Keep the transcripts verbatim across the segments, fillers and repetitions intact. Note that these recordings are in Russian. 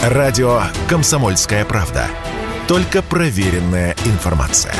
Радио «Комсомольская правда». Только проверенная информация.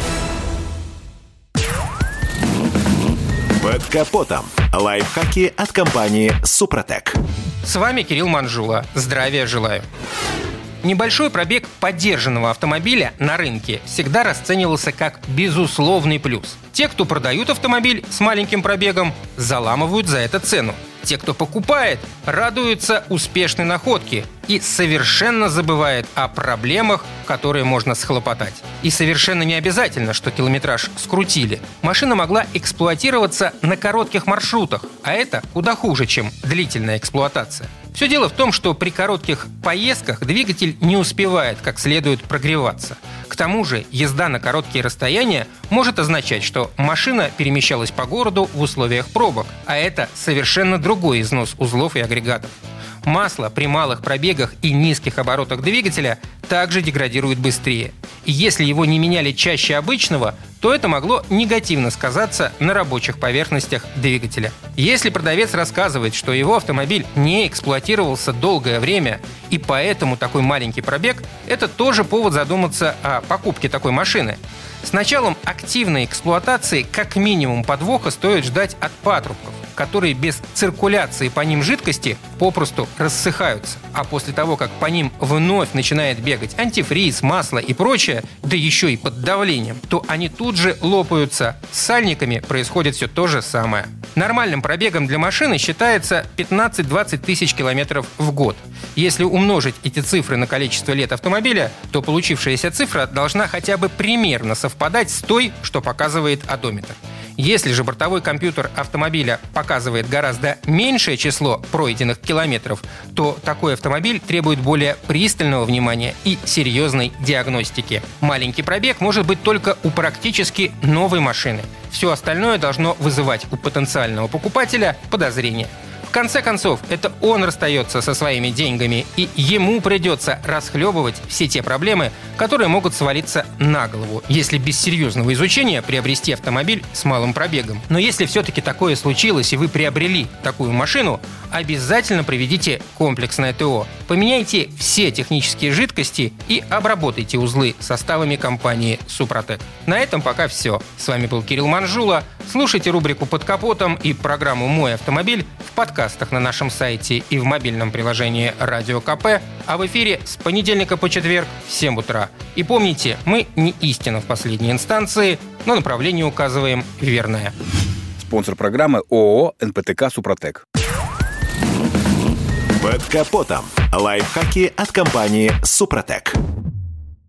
Под капотом. Лайфхаки от компании «Супротек». С вами Кирилл Манжула. Здравия желаю. Небольшой пробег подержанного автомобиля на рынке всегда расценивался как безусловный плюс. Те, кто продают автомобиль с маленьким пробегом, заламывают за это цену. Те, кто покупает, радуются успешной находке и совершенно забывает о проблемах, которые можно схлопотать. И совершенно не обязательно, что километраж скрутили. Машина могла эксплуатироваться на коротких маршрутах, а это куда хуже, чем длительная эксплуатация. Все дело в том, что при коротких поездках двигатель не успевает как следует прогреваться. К тому же езда на короткие расстояния может означать, что машина перемещалась по городу в условиях пробок, а это совершенно другой износ узлов и агрегатов. Масло при малых пробегах и низких оборотах двигателя также деградирует быстрее. И если его не меняли чаще обычного, то это могло негативно сказаться на рабочих поверхностях двигателя. Если продавец рассказывает, что его автомобиль не эксплуатировался долгое время и поэтому такой маленький пробег, это тоже повод задуматься о покупке такой машины. С началом активной эксплуатации как минимум подвоха стоит ждать от патрубков, которые без циркуляции по ним жидкости попросту рассыхаются. А после того, как по ним вновь начинает бегать антифриз, масло и прочее, да еще и под давлением, то они тут же лопаются. С сальниками происходит все то же самое. Нормальным пробегом для машины считается пятнадцать-двадцать тысяч километров в год. Если умножить эти цифры на количество лет автомобиля, то получившаяся цифра должна хотя бы примерно совпадать с той, что показывает одометр. Если же бортовой компьютер автомобиля показывает гораздо меньшее число пройденных километров, то такой автомобиль требует более пристального внимания и серьезной диагностики. Маленький пробег может быть только у практически новой машины. Все остальное должно вызывать у потенциального покупателя подозрения. В конце концов, это он расстается со своими деньгами, и ему придется расхлебывать все те проблемы, которые могут свалиться на голову, если без серьезного изучения приобрести автомобиль с малым пробегом. Но если все-таки такое случилось, и вы приобрели такую машину, обязательно проведите комплексное ТО. Поменяйте все технические жидкости и обработайте узлы составами компании «Супротек». На этом пока все. С вами был Кирилл Манжула. Слушайте рубрику «Под капотом» и программу «Мой автомобиль» в подкастах на нашем сайте и в мобильном приложении «Радио КП», а в эфире с понедельника по четверг в семь утра. И помните, мы не истина в последней инстанции, но направление указываем верное. Спонсор программы ООО «эн пэ тэ ка Супротек». Под капотом. Лайфхаки от компании «Супротек».